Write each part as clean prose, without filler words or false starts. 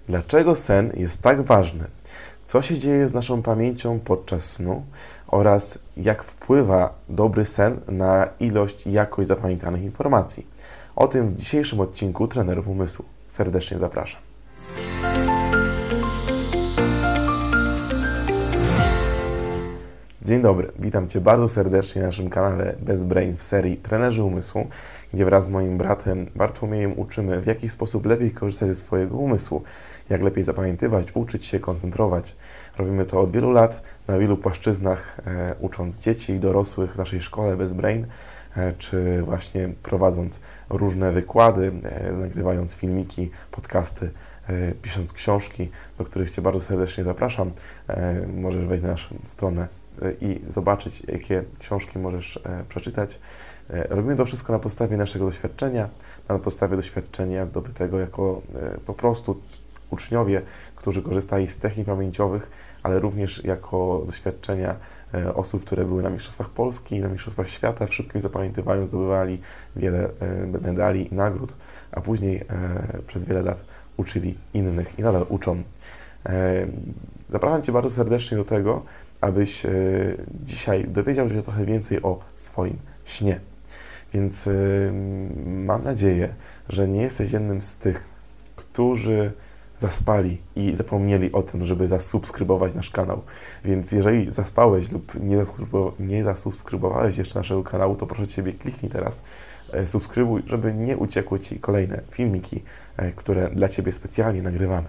Dlaczego sen jest tak ważny? Co się dzieje z naszą pamięcią podczas snu oraz jak wpływa dobry sen na ilość i jakość zapamiętanych informacji? O tym w dzisiejszym odcinku Trenerów Umysłu. Serdecznie zapraszam. Dzień dobry, witam Cię bardzo serdecznie na naszym kanale Best Brain w serii Trenerzy Umysłu, gdzie wraz z moim bratem Bartłomiejem uczymy, w jaki sposób lepiej korzystać ze swojego umysłu, jak lepiej zapamiętywać, uczyć się, koncentrować. Robimy to od wielu lat, na wielu płaszczyznach, ucząc dzieci i dorosłych w naszej szkole Best Brain, czy właśnie prowadząc różne wykłady, nagrywając filmiki, podcasty, pisząc książki, do których Cię bardzo serdecznie zapraszam. Możesz wejść na naszą stronę i zobaczyć, jakie książki możesz przeczytać. Robimy to wszystko na podstawie naszego doświadczenia, na podstawie doświadczenia zdobytego jako po prostu uczniowie, którzy korzystali z technik pamięciowych, ale również jako doświadczenia osób, które były na Mistrzostwach Polski, na Mistrzostwach Świata, w szybkim zapamiętywaniu zdobywali wiele medali i nagród, a później przez wiele lat uczyli innych i nadal uczą. Zapraszam Cię bardzo serdecznie do tego, abyś dzisiaj dowiedział się trochę więcej o swoim śnie. Więc mam nadzieję, że nie jesteś jednym z tych, którzy zaspali i zapomnieli o tym, żeby zasubskrybować nasz kanał. Więc jeżeli zaspałeś lub nie zasubskrybowałeś jeszcze naszego kanału, to proszę Ciebie, kliknij teraz, subskrybuj, żeby nie uciekły Ci kolejne filmiki, które dla Ciebie specjalnie nagrywamy.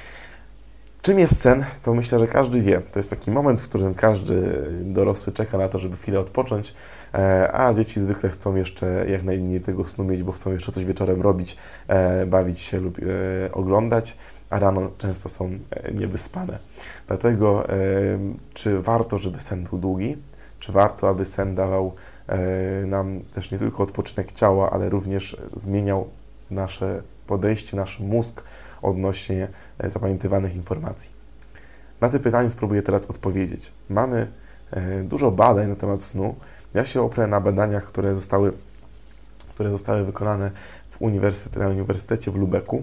Czym jest sen? To myślę, że każdy wie. To jest taki moment, w którym każdy dorosły czeka na to, żeby chwilę odpocząć, a dzieci zwykle chcą jeszcze jak najmniej tego snu mieć, bo chcą jeszcze coś wieczorem robić, bawić się lub oglądać, a rano często są niewyspane. Dlatego czy warto, żeby sen był długi? Czy warto, aby sen dawał nam też nie tylko odpoczynek ciała, ale również zmieniał nasze podejście, nasz mózg odnośnie zapamiętywanych informacji? Na te pytania spróbuję teraz odpowiedzieć. Mamy dużo badań na temat snu. Ja się oprę na badaniach, które zostały wykonane na Uniwersytecie w Lubecku.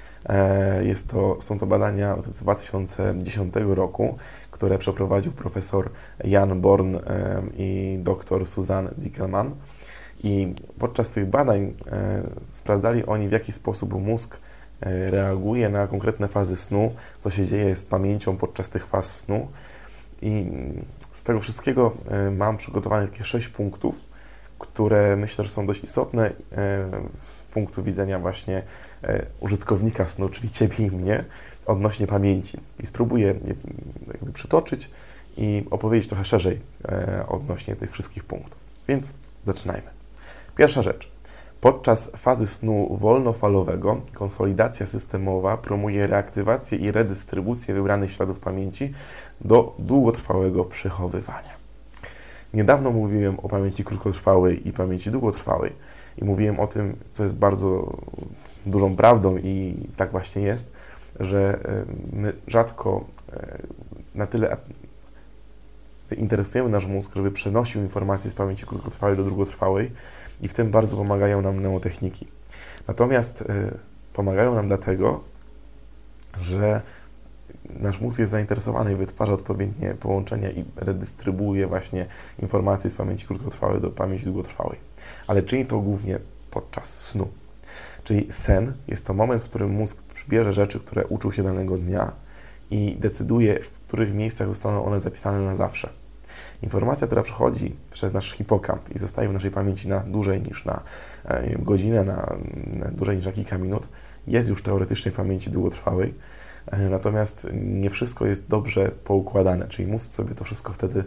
Są to badania z 2010 roku, które przeprowadził profesor Jan Born i dr Susan Dickelman. I podczas tych badań sprawdzali oni, w jaki sposób mózg reaguje na konkretne fazy snu, co się dzieje z pamięcią podczas tych faz snu. I z tego wszystkiego mam przygotowane takie 6 punktów, które myślę, że są dość istotne z punktu widzenia właśnie użytkownika snu, czyli Ciebie i mnie, odnośnie pamięci. I spróbuję je przytoczyć i opowiedzieć trochę szerzej odnośnie tych wszystkich punktów. Więc zaczynajmy. Pierwsza rzecz. Podczas fazy snu wolnofalowego konsolidacja systemowa promuje reaktywację i redystrybucję wybranych śladów pamięci do długotrwałego przechowywania. Niedawno mówiłem o pamięci krótkotrwałej i pamięci długotrwałej i mówiłem o tym, co jest bardzo dużą prawdą i tak właśnie jest, że my rzadko na tyle interesujemy nasz mózg, żeby przenosił informacje z pamięci krótkotrwałej do długotrwałej i w tym bardzo pomagają nam mnemotechniki. Natomiast pomagają nam dlatego, że nasz mózg jest zainteresowany i wytwarza odpowiednie połączenia i redystrybuuje właśnie informacje z pamięci krótkotrwałej do pamięci długotrwałej. Ale czyni to głównie podczas snu. Czyli sen jest to moment, w którym mózg bierze rzeczy, które uczył się danego dnia i decyduje, w których miejscach zostaną one zapisane na zawsze. Informacja, która przechodzi przez nasz hipokamp i zostaje w naszej pamięci na dłużej niż na godzinę, na dłużej niż na kilka minut, jest już teoretycznie w pamięci długotrwałej, natomiast nie wszystko jest dobrze poukładane, czyli mózg sobie to wszystko wtedy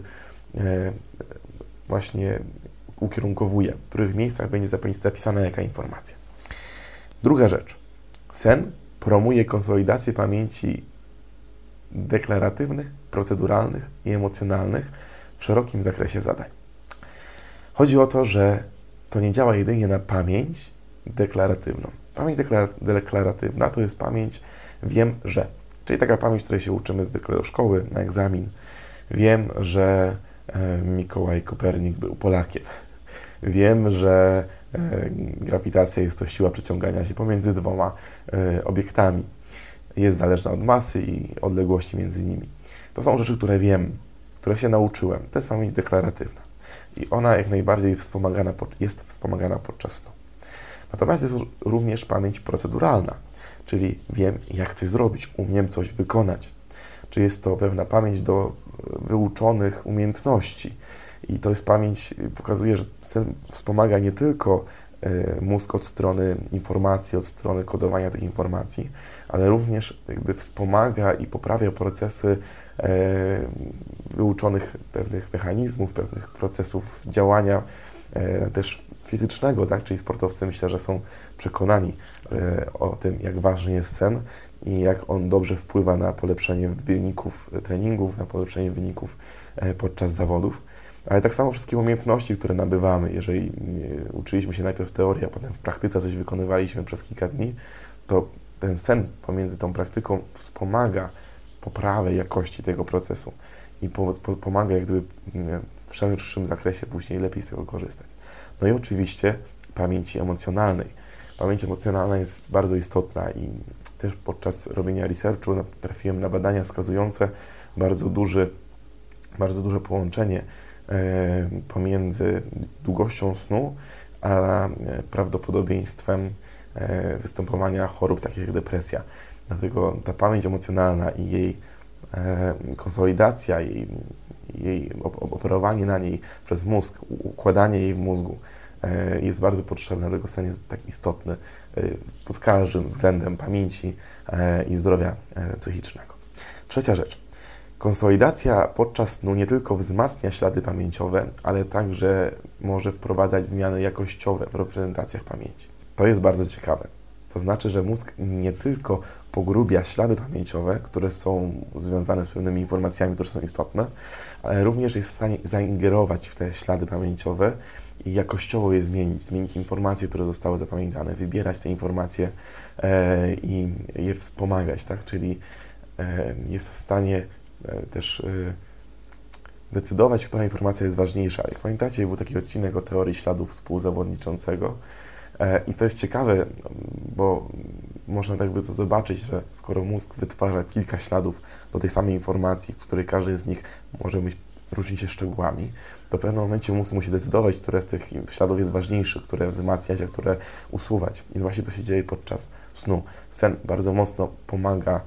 właśnie ukierunkowuje, w których miejscach będzie zapisana jaka informacja. Druga rzecz. Sen promuje konsolidację pamięci deklaratywnych, proceduralnych i emocjonalnych w szerokim zakresie zadań. Chodzi o to, że to nie działa jedynie na pamięć deklaratywną. Pamięć deklaratywna to jest pamięć wiem, że. Czyli taka pamięć, której się uczymy zwykle do szkoły, na egzamin. Wiem, że Mikołaj Kopernik był Polakiem. Wiem, że grawitacja jest to siła przeciągania się pomiędzy dwoma obiektami. jest zależna od masy i odległości między nimi. To są rzeczy, które wiem, które się nauczyłem. To jest pamięć deklaratywna i ona jak najbardziej jest wspomagana podczas snu. Natomiast jest również pamięć proceduralna, czyli wiem, jak coś zrobić, umiem coś wykonać. Czy jest to pewna pamięć do wyuczonych umiejętności. I to jest pamięć, pokazuje, że sen wspomaga nie tylko mózg od strony informacji, od strony kodowania tych informacji, ale również jakby wspomaga i poprawia procesy wyuczonych pewnych mechanizmów, pewnych procesów działania też fizycznego, tak? Czyli sportowcy myślę, że są przekonani o tym, jak ważny jest sen i jak on dobrze wpływa na polepszenie wyników treningów, na polepszenie wyników podczas zawodów. Ale tak samo wszystkie umiejętności, które nabywamy, jeżeli uczyliśmy się najpierw teorii, a potem w praktyce coś wykonywaliśmy przez kilka dni, to ten sen pomiędzy tą praktyką wspomaga poprawę jakości tego procesu i pomaga jak gdyby w szerszym zakresie później lepiej z tego korzystać. No i oczywiście pamięci emocjonalnej. Pamięć emocjonalna jest bardzo istotna i też podczas robienia researchu trafiłem na badania wskazujące bardzo duże połączenie pomiędzy długością snu a prawdopodobieństwem występowania chorób takich jak depresja. Dlatego ta pamięć emocjonalna i jej konsolidacja, jej operowanie na niej przez mózg, układanie jej w mózgu jest bardzo potrzebne, dlatego sen jest tak istotny pod każdym względem pamięci i zdrowia psychicznego. Trzecia rzecz. Konsolidacja podczas snu nie tylko wzmacnia ślady pamięciowe, ale także może wprowadzać zmiany jakościowe w reprezentacjach pamięci. To jest bardzo ciekawe. To znaczy, że mózg nie tylko pogrubia ślady pamięciowe, które są związane z pewnymi informacjami, które są istotne, ale również jest w stanie zaingerować w te ślady pamięciowe i jakościowo je zmienić informacje, które zostały zapamiętane, wybierać te informacje i je wspomagać, tak? Czyli jest w stanie też decydować, która informacja jest ważniejsza. Jak pamiętacie, był taki odcinek o teorii śladów współzawodniczącego i to jest ciekawe, bo można tak by to zobaczyć, że skoro mózg wytwarza kilka śladów do tej samej informacji, w której każdy z nich może różni się szczegółami, to w pewnym momencie mózg musi decydować, które z tych śladów jest ważniejszy, które wzmacniać, a które usuwać. I właśnie to się dzieje podczas snu. Sen bardzo mocno pomaga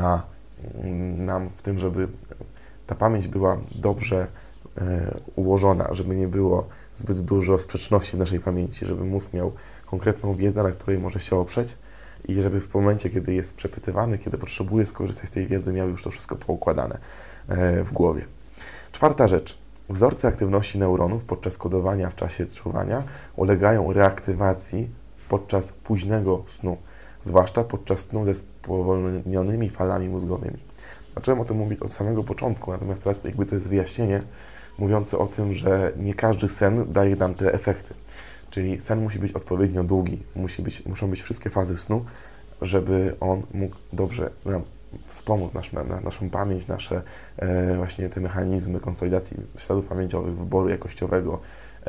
nam w tym, żeby ta pamięć była dobrze ułożona, żeby nie było zbyt dużo sprzeczności w naszej pamięci, żeby mózg miał konkretną wiedzę, na której może się oprzeć i żeby w momencie, kiedy jest przepytywany, kiedy potrzebuje skorzystać z tej wiedzy, miał już to wszystko poukładane w głowie. Czwarta rzecz. Wzorce aktywności neuronów podczas kodowania w czasie czuwania ulegają reaktywacji podczas późnego snu, zwłaszcza podczas snu ze spowolnionymi falami mózgowymi. Zacząłem o tym mówić od samego początku, natomiast teraz jakby to jest wyjaśnienie mówiące o tym, że nie każdy sen daje nam te efekty. Czyli sen musi być odpowiednio długi, muszą być wszystkie fazy snu, żeby on mógł dobrze nam wspomóc naszą pamięć, nasze właśnie te mechanizmy konsolidacji śladów pamięciowych, wyboru jakościowego,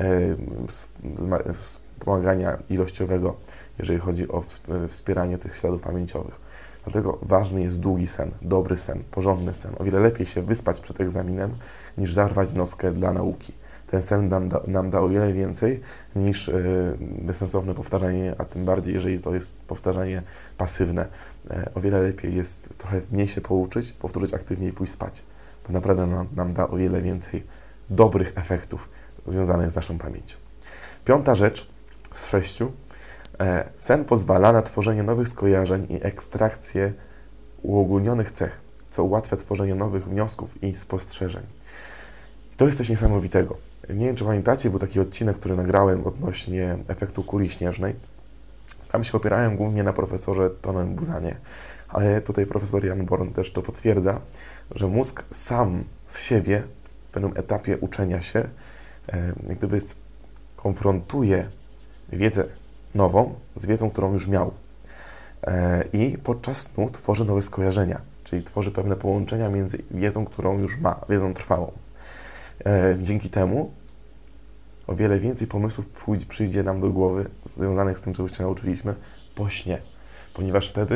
wspomagania ilościowego, jeżeli chodzi o wspieranie tych śladów pamięciowych. Dlatego ważny jest długi sen, dobry sen, porządny sen. O wiele lepiej się wyspać przed egzaminem, niż zarwać noskę dla nauki. Ten sen nam da o wiele więcej niż bezsensowne powtarzanie, a tym bardziej, jeżeli to jest powtarzanie pasywne. O wiele lepiej jest trochę mniej się pouczyć, powtórzyć aktywnie i pójść spać. To naprawdę nam da o wiele więcej dobrych efektów związanych z naszą pamięcią. Piąta rzecz z 6. Sen pozwala na tworzenie nowych skojarzeń i ekstrakcję uogólnionych cech, co ułatwia tworzenie nowych wniosków i spostrzeżeń. To jest coś niesamowitego. Nie wiem, czy pamiętacie, był taki odcinek, który nagrałem odnośnie efektu kuli śnieżnej. Tam się opierałem głównie na profesorze Tonym Buzanie, ale tutaj profesor Jan Born też to potwierdza, że mózg sam z siebie w pewnym etapie uczenia się jak gdyby konfrontuje wiedzę nową z wiedzą, którą już miał. I podczas snu tworzy nowe skojarzenia, czyli tworzy pewne połączenia między wiedzą, którą już ma, wiedzą trwałą. Dzięki temu o wiele więcej pomysłów przyjdzie nam do głowy związanych z tym, czego się nauczyliśmy po śnie, ponieważ wtedy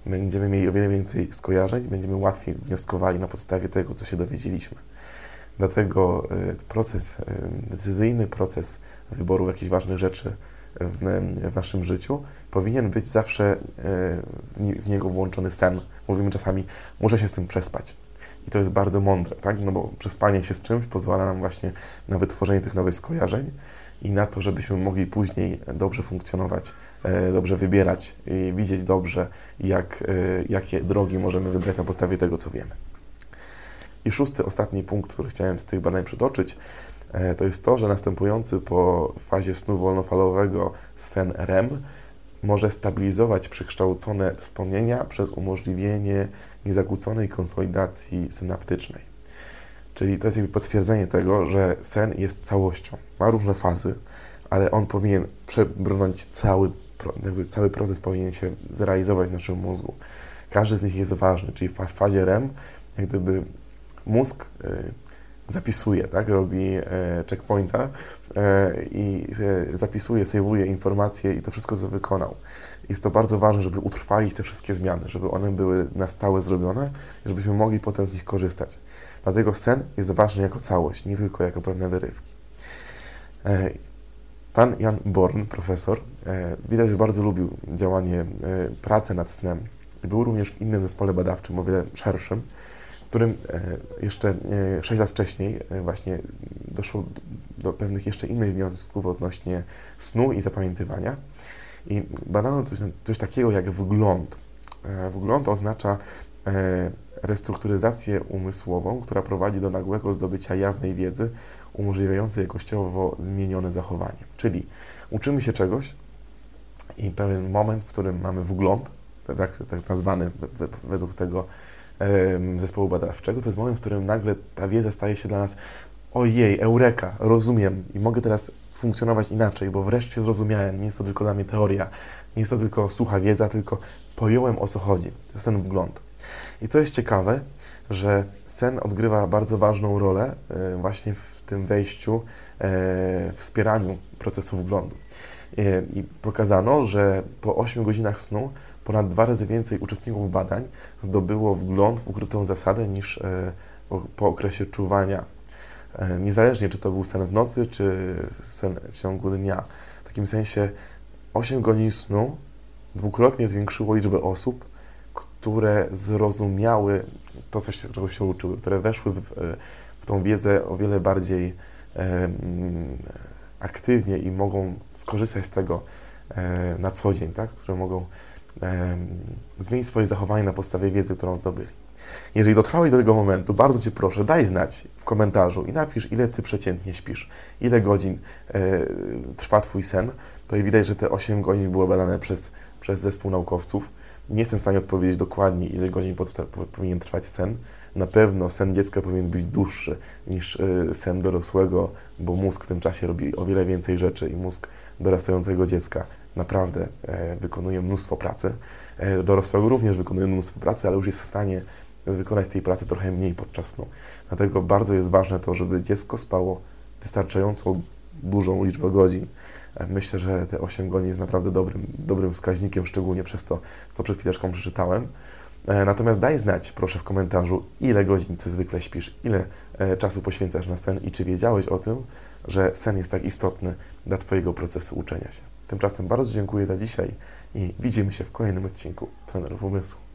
będziemy mieli o wiele więcej skojarzeń, będziemy łatwiej wnioskowali na podstawie tego, co się dowiedzieliśmy. Dlatego decyzyjny proces wyboru jakichś ważnych rzeczy w naszym życiu powinien być zawsze w niego włączony sen. Mówimy czasami, muszę się z tym przespać. I to jest bardzo mądre, tak? No bo przespanie się z czymś pozwala nam właśnie na wytworzenie tych nowych skojarzeń i na to, żebyśmy mogli później dobrze funkcjonować, dobrze wybierać i widzieć dobrze, jakie drogi możemy wybrać na podstawie tego, co wiemy. I szósty, ostatni punkt, który chciałem z tych badań przytoczyć, to jest to, że następujący po fazie snu wolnofalowego sen REM może stabilizować przekształcone wspomnienia przez umożliwienie niezakłóconej konsolidacji synaptycznej. Czyli to jest jakby potwierdzenie tego, że sen jest całością. Ma różne fazy, ale on powinien przebrnąć cały proces powinien się zrealizować w naszym mózgu. Każdy z nich jest ważny, czyli w fazie REM jak gdyby mózg zapisuje, tak? Robi checkpointa i zapisuje, sejwuje informacje i to wszystko, co wykonał. Jest to bardzo ważne, żeby utrwalić te wszystkie zmiany, żeby one były na stałe zrobione, żebyśmy mogli potem z nich korzystać. Dlatego sen jest ważny jako całość, nie tylko jako pewne wyrywki. Pan Jan Born, profesor, widać, że bardzo lubił pracę nad snem. Był również w innym zespole badawczym, o wiele szerszym, w którym jeszcze 6 lat wcześniej właśnie doszło do pewnych jeszcze innych wniosków odnośnie snu i zapamiętywania. I badano coś takiego jak wgląd. Wgląd oznacza restrukturyzację umysłową, która prowadzi do nagłego zdobycia jawnej wiedzy, umożliwiającej jakościowo zmienione zachowanie. Czyli uczymy się czegoś i pewien moment, w którym mamy wgląd, tak nazwany według tego zespołu badawczego, to jest moment, w którym nagle ta wiedza staje się dla nas ojej, eureka, rozumiem i mogę teraz funkcjonować inaczej, bo wreszcie zrozumiałem, nie jest to tylko dla mnie teoria, nie jest to tylko sucha wiedza, tylko pojąłem, o co chodzi. To jest ten wgląd. I co jest ciekawe, że sen odgrywa bardzo ważną rolę właśnie w tym wejściu, wspieraniu procesu wglądu. I pokazano, że po 8 godzinach snu ponad 2 razy więcej uczestników badań zdobyło wgląd w ukrytą zasadę niż po okresie czuwania. Niezależnie, czy to był sen w nocy, czy sen w ciągu dnia. W takim sensie 8 godzin snu dwukrotnie zwiększyło liczbę osób, które zrozumiały to, czego się uczyły, które weszły w tą wiedzę o wiele bardziej aktywnie i mogą skorzystać z tego na co dzień, tak? Które mogą zmienić swoje zachowanie na podstawie wiedzy, którą zdobyli. Jeżeli dotrwałeś do tego momentu, bardzo Cię proszę, daj znać w komentarzu i napisz, ile Ty przeciętnie śpisz, ile godzin trwa Twój sen. To i widać, że te 8 godzin było badane przez zespół naukowców. Nie jestem w stanie odpowiedzieć dokładnie, ile godzin powinien trwać sen. Na pewno sen dziecka powinien być dłuższy niż sen dorosłego, bo mózg w tym czasie robi o wiele więcej rzeczy i mózg dorastającego dziecka naprawdę wykonuje mnóstwo pracy. Dorosłego również wykonuje mnóstwo pracy, ale już jest w stanie wykonać tej pracy trochę mniej podczas snu. Dlatego bardzo jest ważne to, żeby dziecko spało wystarczająco dużą liczbę godzin. Myślę, że te 8 godzin jest naprawdę dobrym wskaźnikiem, szczególnie przez to, co przed chwileczką przeczytałem. Natomiast daj znać, proszę, w komentarzu, ile godzin Ty zwykle śpisz, ile czasu poświęcasz na sen i czy wiedziałeś o tym, że sen jest tak istotny dla Twojego procesu uczenia się. Tymczasem bardzo dziękuję za dzisiaj i widzimy się w kolejnym odcinku Trenerów Umysłu.